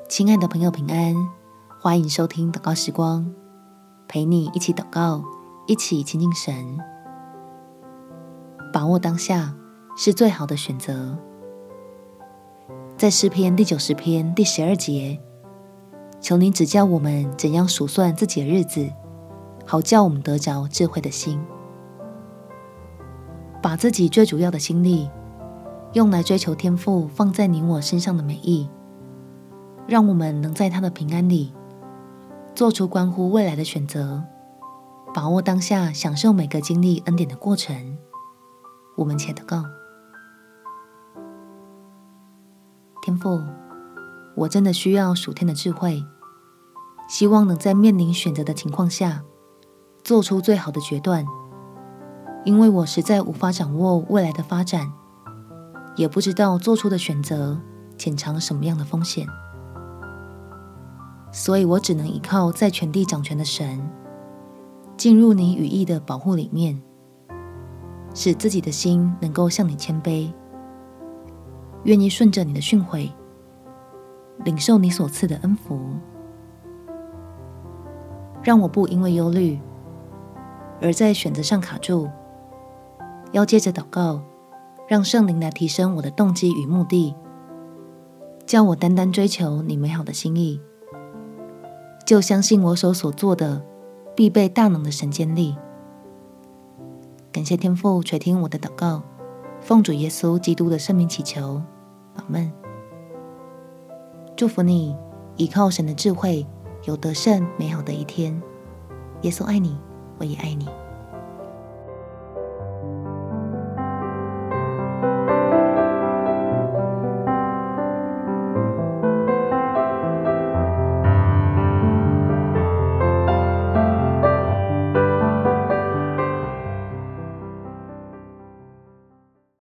亲爱的朋友平安，欢迎收听祷告时光，陪你一起祷告，一起亲近神。把握当下是最好的选择。在诗篇第90篇第12节，求你指教我们怎样数算自己的日子，好叫我们得着智慧的心。把自己最主要的心力用来追求天父放在你我身上的美意，让我们能在他的平安里做出关乎未来的选择，把握当下，享受每个经历恩典的过程。我们且祷告。天父，我真的需要属天的智慧，希望能在面临选择的情况下做出最好的决断，因为我实在无法掌握未来的发展，也不知道做出的选择潜藏什么样的风险，所以我只能依靠在全地掌权的神，进入你羽翼的保护里面，使自己的心能够向你谦卑，愿意顺着你的训诲，领受你所赐的恩福，让我不因为忧虑而在选择上卡住，要接着祷告，让圣灵来提升我的动机与目的，叫我单单追求你美好的心意，就相信我所做的必被大能的神坚立。感谢天父垂听我的祷告，奉主耶稣基督的圣名祈求，阿们。祝福你依靠神的智慧，有得胜美好的一天。耶稣爱你，我也爱你。